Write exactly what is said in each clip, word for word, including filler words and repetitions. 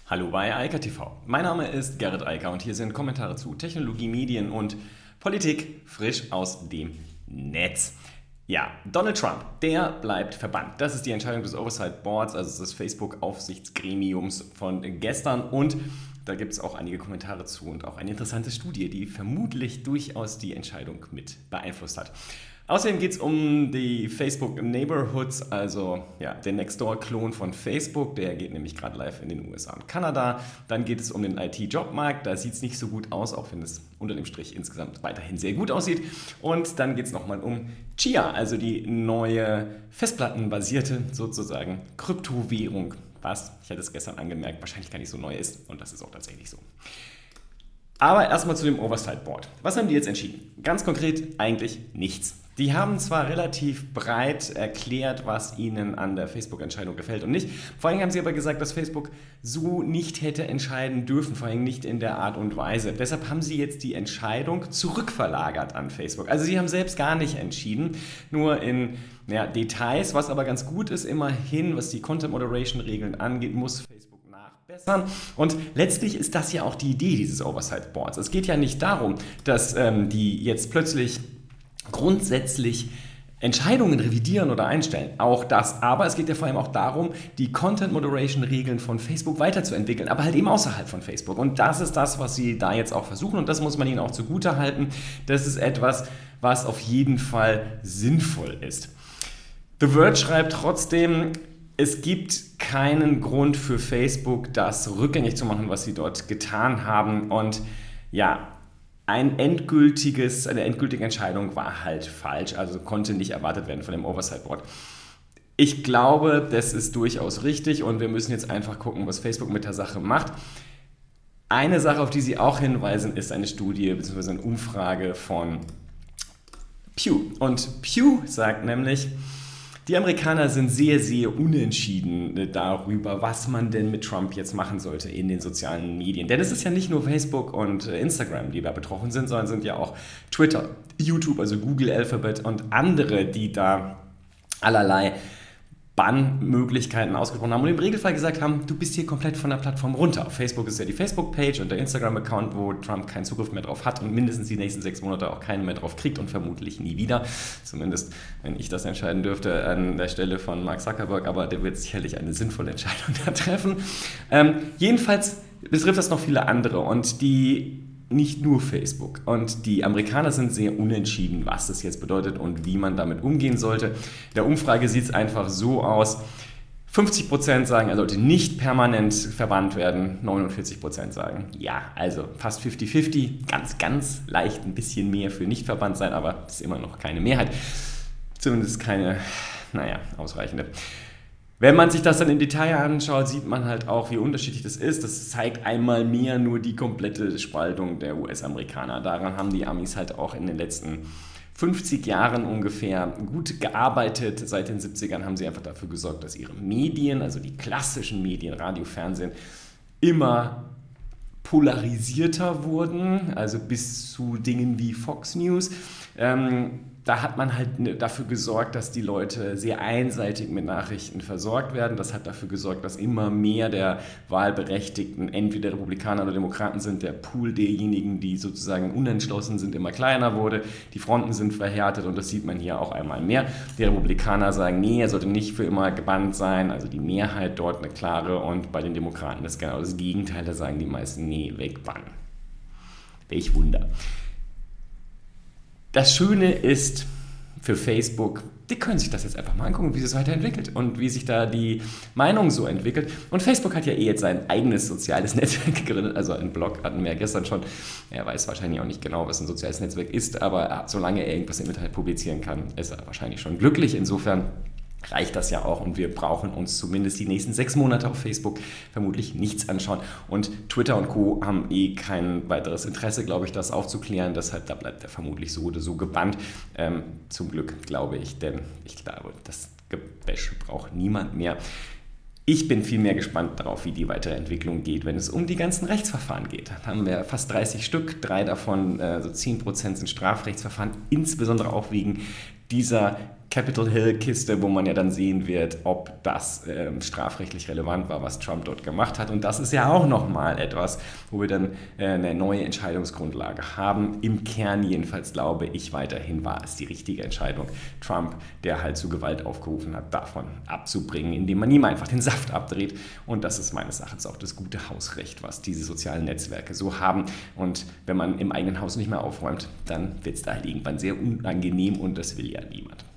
Hallo bei Eika T V. Mein Name ist Gerrit Eiker und hier sind Kommentare zu Technologie, Medien und Politik frisch aus dem Netz. Ja, Donald Trump, der bleibt verbannt. Das ist die Entscheidung des Oversight Boards, also des Facebook-Aufsichtsgremiums von gestern. Und da gibt es auch einige Kommentare zu und auch eine interessante Studie, die vermutlich durchaus die Entscheidung mit beeinflusst hat. Außerdem geht es um die Facebook Neighborhoods, also ja, den Nextdoor-Klon von Facebook, der geht nämlich gerade live in den U S A und Kanada. Dann geht es um den I T-Jobmarkt, da sieht es nicht so gut aus, auch wenn es unter dem Strich insgesamt weiterhin sehr gut aussieht. Und dann geht es nochmal um Chia, also die neue festplattenbasierte sozusagen Kryptowährung, was, ich hatte es gestern angemerkt, wahrscheinlich gar nicht so neu ist und das ist auch tatsächlich so. Aber erstmal zu dem Oversight Board. Was haben die jetzt entschieden? Ganz konkret eigentlich nichts. Die haben zwar relativ breit erklärt, was ihnen an der Facebook-Entscheidung gefällt und nicht. Vor allem haben sie aber gesagt, dass Facebook so nicht hätte entscheiden dürfen, vor allem nicht in der Art und Weise. Deshalb haben sie jetzt die Entscheidung zurückverlagert an Facebook. Also sie haben selbst gar nicht entschieden, nur in ja, Details, was aber ganz gut ist, immerhin, was die Content-Moderation-Regeln angeht, muss Facebook nachbessern. Und letztlich ist das ja auch die Idee dieses Oversight Boards. Es geht ja nicht darum, dass ähm, die jetzt plötzlich grundsätzlich Entscheidungen revidieren oder einstellen. Auch das. Aber es geht ja vor allem auch darum, die Content-Moderation-Regeln von Facebook weiterzuentwickeln, aber halt eben außerhalb von Facebook. Und das ist das, was sie da jetzt auch versuchen und das muss man ihnen auch zugutehalten. Das ist etwas, was auf jeden Fall sinnvoll ist. The Verge schreibt trotzdem, es gibt keinen Grund für Facebook, das rückgängig zu machen, was sie dort getan haben. Und ja, Ein endgültiges, eine endgültige Entscheidung war halt falsch, also konnte nicht erwartet werden von dem Oversight Board. Ich glaube, das ist durchaus richtig und wir müssen jetzt einfach gucken, was Facebook mit der Sache macht. Eine Sache, auf die sie auch hinweisen, ist eine Studie bzw. eine Umfrage von Pew. Und Pew sagt nämlich, die Amerikaner sind sehr, sehr unentschieden darüber, was man denn mit Trump jetzt machen sollte in den sozialen Medien. Denn es ist ja nicht nur Facebook und Instagram, die da betroffen sind, sondern sind ja auch Twitter, YouTube, also Google, Alphabet und andere, die da allerlei Bannmöglichkeiten ausgesprochen haben und im Regelfall gesagt haben, du bist hier komplett von der Plattform runter. Auf Facebook ist ja die Facebook-Page und der Instagram-Account, wo Trump keinen Zugriff mehr drauf hat und mindestens die nächsten sechs Monate auch keinen mehr drauf kriegt und vermutlich nie wieder. Zumindest, wenn ich das entscheiden dürfte, an der Stelle von Mark Zuckerberg, aber der wird sicherlich eine sinnvolle Entscheidung da treffen. Ähm, jedenfalls betrifft das noch viele andere und die nicht nur Facebook. Und die Amerikaner sind sehr unentschieden, was das jetzt bedeutet und wie man damit umgehen sollte. In der Umfrage sieht es einfach so aus, fünfzig Prozent sagen, er sollte nicht permanent verbannt werden, neunundvierzig Prozent sagen, ja, also fast fünfzig fünfzig, ganz, ganz leicht ein bisschen mehr für nicht verbannt sein, aber es ist immer noch keine Mehrheit. Zumindest keine, naja, ausreichende. Wenn man sich das dann im Detail anschaut, sieht man halt auch, wie unterschiedlich das ist. Das zeigt einmal mehr nur die komplette Spaltung der U S-Amerikaner. Daran haben die Amis halt auch in den letzten fünfzig Jahren ungefähr gut gearbeitet. Seit den siebzigern haben sie einfach dafür gesorgt, dass ihre Medien, also die klassischen Medien, Radio, Fernsehen, immer polarisierter wurden, also bis zu Dingen wie Fox News. Ähm, da hat man halt dafür gesorgt, dass die Leute sehr einseitig mit Nachrichten versorgt werden. Das hat dafür gesorgt, dass immer mehr der Wahlberechtigten entweder Republikaner oder Demokraten sind. Der Pool derjenigen, die sozusagen unentschlossen sind, immer kleiner wurde. Die Fronten sind verhärtet und das sieht man hier auch einmal mehr. Die Republikaner sagen, nee, er sollte nicht für immer gebannt sein. Also die Mehrheit dort eine klare und bei den Demokraten ist genau das Gegenteil. Da sagen die meisten, nee, wegbannen. Welch Wunder. Das Schöne ist für Facebook, die können sich das jetzt einfach mal angucken, wie sich es weiterentwickelt und wie sich da die Meinung so entwickelt. Und Facebook hat ja eh jetzt sein eigenes soziales Netzwerk gegründet, also einen Blog hatten wir ja gestern schon. Er weiß wahrscheinlich auch nicht genau, was ein soziales Netzwerk ist, aber solange er irgendwas im Internet publizieren kann, ist er wahrscheinlich schon glücklich. Insofern reicht das ja auch und wir brauchen uns zumindest die nächsten sechs Monate auf Facebook vermutlich nichts anschauen. Und Twitter und Co. haben eh kein weiteres Interesse, glaube ich, das aufzuklären. Deshalb, da bleibt er vermutlich so oder so gebannt. Ähm, zum Glück, glaube ich, denn ich glaube, das Gebäsch braucht niemand mehr. Ich bin viel mehr gespannt darauf, wie die weitere Entwicklung geht, wenn es um die ganzen Rechtsverfahren geht. Da haben wir fast dreißig Stück, drei davon, äh, so zehn Prozent sind Strafrechtsverfahren, insbesondere auch wegen dieser Capitol Hill-Kiste, wo man ja dann sehen wird, ob das ähm, strafrechtlich relevant war, was Trump dort gemacht hat. Und das ist ja auch nochmal etwas, wo wir dann äh, eine neue Entscheidungsgrundlage haben. Im Kern jedenfalls glaube ich weiterhin war es die richtige Entscheidung, Trump, der halt zu Gewalt aufgerufen hat, davon abzubringen, indem man ihm einfach den Saft abdreht. Und das ist meines Erachtens auch das gute Hausrecht, was diese sozialen Netzwerke so haben. Und wenn man im eigenen Haus nicht mehr aufräumt, dann wird es da halt irgendwann sehr unangenehm und das will ja niemand.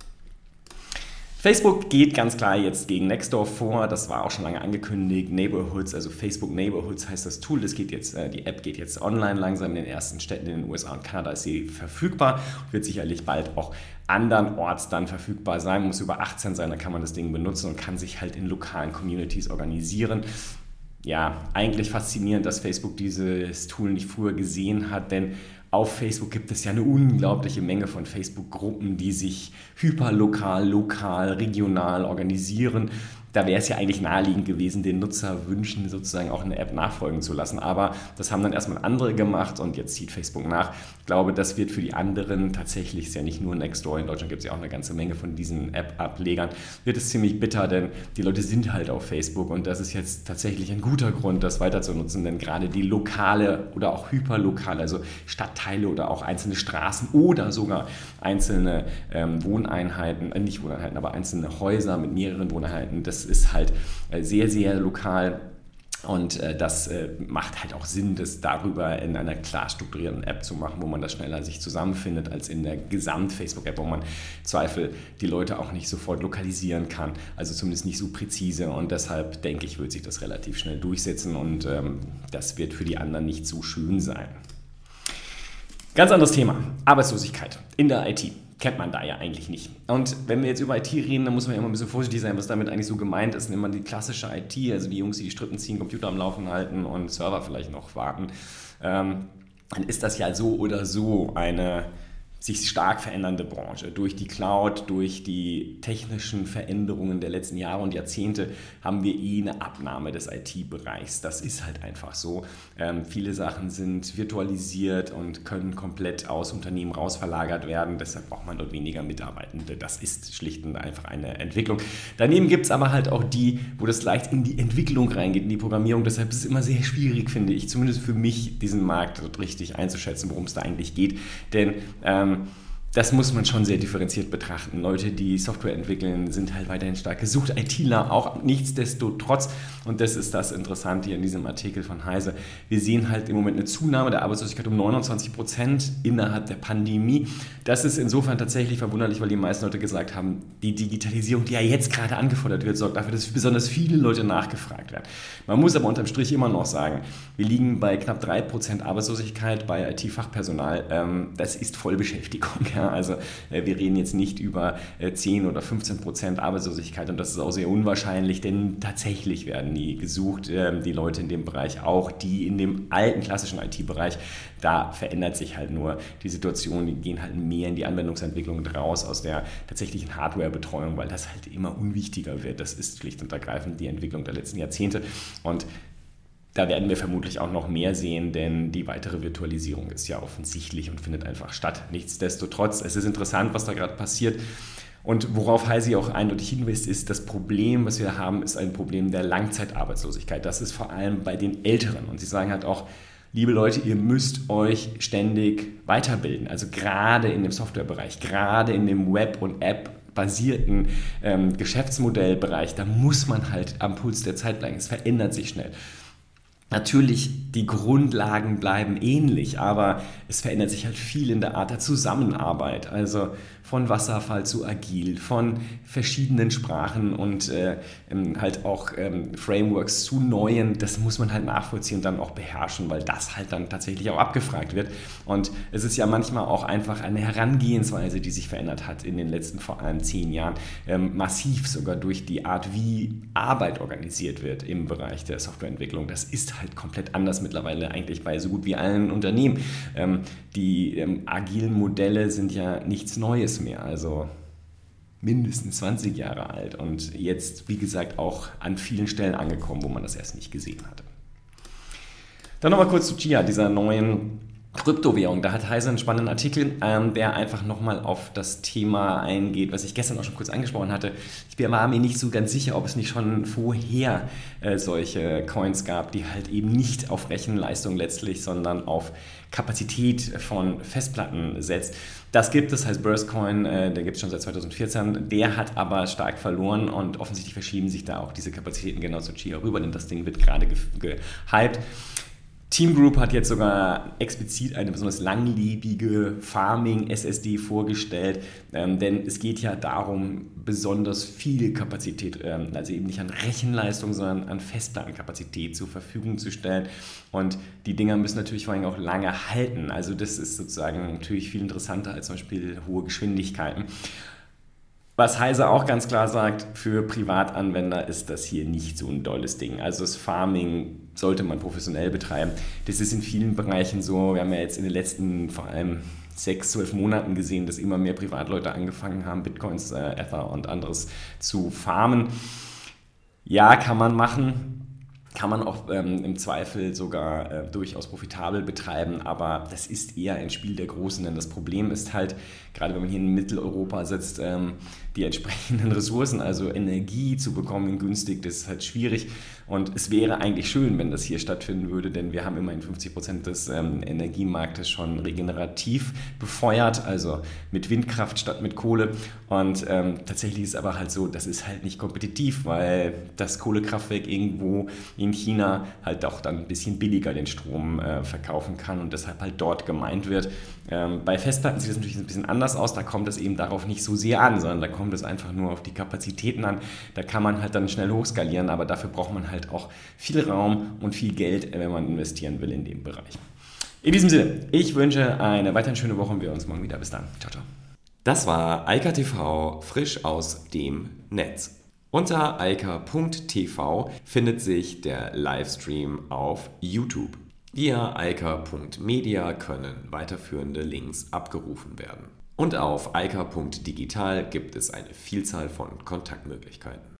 Facebook geht ganz klar jetzt gegen Nextdoor vor, das war auch schon lange angekündigt. Neighborhoods, also Facebook Neighborhoods heißt das Tool, das geht jetzt, die App geht jetzt online langsam in den ersten Städten in den U S A und Kanada ist sie verfügbar und wird sicherlich bald auch andernorts dann verfügbar sein. Man muss über achtzehn sein, dann kann man das Ding benutzen und kann sich halt in lokalen Communities organisieren. Ja, eigentlich faszinierend, dass Facebook dieses Tool nicht früher gesehen hat, denn auf Facebook gibt es ja eine unglaubliche Menge von Facebook-Gruppen, die sich hyperlokal, lokal, regional organisieren. Da wäre es ja eigentlich naheliegend gewesen, den Nutzerwünschen sozusagen auch eine App nachfolgen zu lassen. Aber das haben dann erstmal andere gemacht und jetzt zieht Facebook nach. Ich glaube, das wird für die anderen tatsächlich, ist ja nicht nur Nextdoor, in Deutschland gibt es ja auch eine ganze Menge von diesen App-Ablegern, wird es ziemlich bitter, denn die Leute sind halt auf Facebook und das ist jetzt tatsächlich ein guter Grund, das weiter zu nutzen, denn gerade die lokale oder auch hyperlokale, also Stadtteile oder auch einzelne Straßen oder sogar einzelne ähm, Wohneinheiten, äh, nicht Wohneinheiten, aber einzelne Häuser mit mehreren Wohneinheiten, das ist halt äh, sehr, sehr lokal. Und äh, das äh, macht halt auch Sinn, das darüber in einer klar strukturierten App zu machen, wo man das schneller sich zusammenfindet als in der Gesamt-Facebook-App, wo man im Zweifel die Leute auch nicht sofort lokalisieren kann, also zumindest nicht so präzise. Und deshalb denke ich, wird sich das relativ schnell durchsetzen und ähm, das wird für die anderen nicht so schön sein. Ganz anderes Thema, Arbeitslosigkeit in der I T. Kennt man da ja eigentlich nicht. Und wenn wir jetzt über I T reden, dann muss man ja immer ein bisschen vorsichtig sein, was damit eigentlich so gemeint ist. Nimmt man die klassische I T, also die Jungs, die die Strippen ziehen, Computer am Laufen halten und Server vielleicht noch warten, ähm, dann ist das ja so oder so eine sich stark verändernde Branche. Durch die Cloud, durch die technischen Veränderungen der letzten Jahre und Jahrzehnte haben wir eh eine Abnahme des I T-Bereichs. Das ist halt einfach so. Ähm, viele Sachen sind virtualisiert und können komplett aus Unternehmen raus verlagert werden. Deshalb braucht man dort weniger Mitarbeitende. Das ist schlicht und einfach eine Entwicklung. Daneben gibt es aber halt auch die, wo das leicht in die Entwicklung reingeht, in die Programmierung. Deshalb ist es immer sehr schwierig, finde ich, zumindest für mich, diesen Markt dort richtig einzuschätzen, worum es da eigentlich geht. Denn ähm, das muss man schon sehr differenziert betrachten. Leute, die Software entwickeln, sind halt weiterhin stark gesucht. ITler auch nichtsdestotrotz. Und das ist das Interessante hier in diesem Artikel von Heise. Wir sehen halt im Moment eine Zunahme der Arbeitslosigkeit um neunundzwanzig Prozent innerhalb der Pandemie. Das ist insofern tatsächlich verwunderlich, weil die meisten Leute gesagt haben, die Digitalisierung, die ja jetzt gerade angefordert wird, sorgt dafür, dass besonders viele Leute nachgefragt werden. Man muss aber unterm Strich immer noch sagen, wir liegen bei knapp drei Prozent Arbeitslosigkeit bei I T-Fachpersonal. Das ist Vollbeschäftigung. Ja, also äh, wir reden jetzt nicht über äh, zehn oder fünfzehn Prozent Arbeitslosigkeit und das ist auch sehr unwahrscheinlich, denn tatsächlich werden die gesucht, äh, die Leute in dem Bereich auch, die in dem alten klassischen I T-Bereich, da verändert sich halt nur die Situation, die gehen halt mehr in die Anwendungsentwicklung raus aus der tatsächlichen Hardware-Betreuung, weil das halt immer unwichtiger wird. Das ist schlicht und ergreifend die Entwicklung der letzten Jahrzehnte und da werden wir vermutlich auch noch mehr sehen, denn die weitere Virtualisierung ist ja offensichtlich und findet einfach statt. Nichtsdestotrotz, es ist interessant, was da gerade passiert. Und worauf Heisi auch eindeutig hinweist, ist, das Problem, was wir haben, ist ein Problem der Langzeitarbeitslosigkeit. Das ist vor allem bei den Älteren. Und sie sagen halt auch, liebe Leute, ihr müsst euch ständig weiterbilden. Also gerade in dem Softwarebereich, gerade in dem Web- und App- basierten ähm, Geschäftsmodellbereich, da muss man halt am Puls der Zeit bleiben. Es verändert sich schnell. Natürlich, die Grundlagen bleiben ähnlich, aber es verändert sich halt viel in der Art der Zusammenarbeit. Also von Wasserfall zu Agil, von verschiedenen Sprachen und äh, halt auch ähm, Frameworks zu neuen. Das muss man halt nachvollziehen und dann auch beherrschen, weil das halt dann tatsächlich auch abgefragt wird. Und es ist ja manchmal auch einfach eine Herangehensweise, die sich verändert hat in den letzten vor allem zehn Jahren. Ähm, massiv sogar durch die Art, wie Arbeit organisiert wird im Bereich der Softwareentwicklung. Das ist halt komplett anders mittlerweile eigentlich bei so gut wie allen Unternehmen. Ähm, die ähm, agilen Modelle sind ja nichts Neues mehr, also mindestens zwanzig Jahre alt und jetzt, wie gesagt, auch an vielen Stellen angekommen, wo man das erst nicht gesehen hatte. Dann nochmal kurz zu Chia, dieser neuen Kryptowährung. Da hat Heise einen spannenden Artikel, ähm, der einfach nochmal auf das Thema eingeht, was ich gestern auch schon kurz angesprochen hatte. Ich war mir nicht so ganz sicher, ob es nicht schon vorher äh, solche Coins gab, die halt eben nicht auf Rechenleistung letztlich, sondern auf Kapazität von Festplatten setzt. Das gibt es, heißt Burstcoin, äh, der gibt es schon seit zweitausendvierzehn. Der hat aber stark verloren und offensichtlich verschieben sich da auch diese Kapazitäten genau zu Chia rüber, denn das Ding wird gerade gehypt. Team Group hat jetzt sogar explizit eine besonders langlebige Farming-S S D vorgestellt, ähm, denn es geht ja darum, besonders viel Kapazität, ähm, also eben nicht an Rechenleistung, sondern an Festplattenkapazität zur Verfügung zu stellen. Und die Dinger müssen natürlich vor allem auch lange halten. Also das ist sozusagen natürlich viel interessanter als zum Beispiel hohe Geschwindigkeiten. Was Heise auch ganz klar sagt, für Privatanwender ist das hier nicht so ein dolles Ding. Also das Farming sollte man professionell betreiben. Das ist in vielen Bereichen so. Wir haben ja jetzt in den letzten vor allem sechs, zwölf Monaten gesehen, dass immer mehr Privatleute angefangen haben, Bitcoins, äh, Ether und anderes zu farmen. Ja, kann man machen. Kann man auch ähm, im Zweifel sogar äh, durchaus profitabel betreiben, aber das ist eher ein Spiel der Großen, denn das Problem ist halt, gerade wenn man hier in Mitteleuropa sitzt, ähm, die entsprechenden Ressourcen, also Energie zu bekommen günstig, das ist halt schwierig und es wäre eigentlich schön, wenn das hier stattfinden würde, denn wir haben immerhin fünfzig Prozent des ähm, Energiemarktes schon regenerativ befeuert, also mit Windkraft statt mit Kohle und ähm, tatsächlich ist es aber halt so, das ist halt nicht kompetitiv, weil das Kohlekraftwerk irgendwo in China halt auch dann ein bisschen billiger den Strom äh, verkaufen kann und deshalb halt dort gemeint wird. Ähm, bei Festplatten sieht es natürlich ein bisschen anders aus, da kommt es eben darauf nicht so sehr an, sondern da kommt es einfach nur auf die Kapazitäten an. Da kann man halt dann schnell hochskalieren, aber dafür braucht man halt auch viel Raum und viel Geld, wenn man investieren will in dem Bereich. In diesem Sinne, ich wünsche eine weiterhin schöne Woche und wir hören uns morgen wieder. Bis dann. Ciao, ciao. Das war Eika T V frisch aus dem Netz. Unter eika punkt t v findet sich der Livestream auf YouTube. Via eika punkt media können weiterführende Links abgerufen werden. Und auf eika punkt digital gibt es eine Vielzahl von Kontaktmöglichkeiten.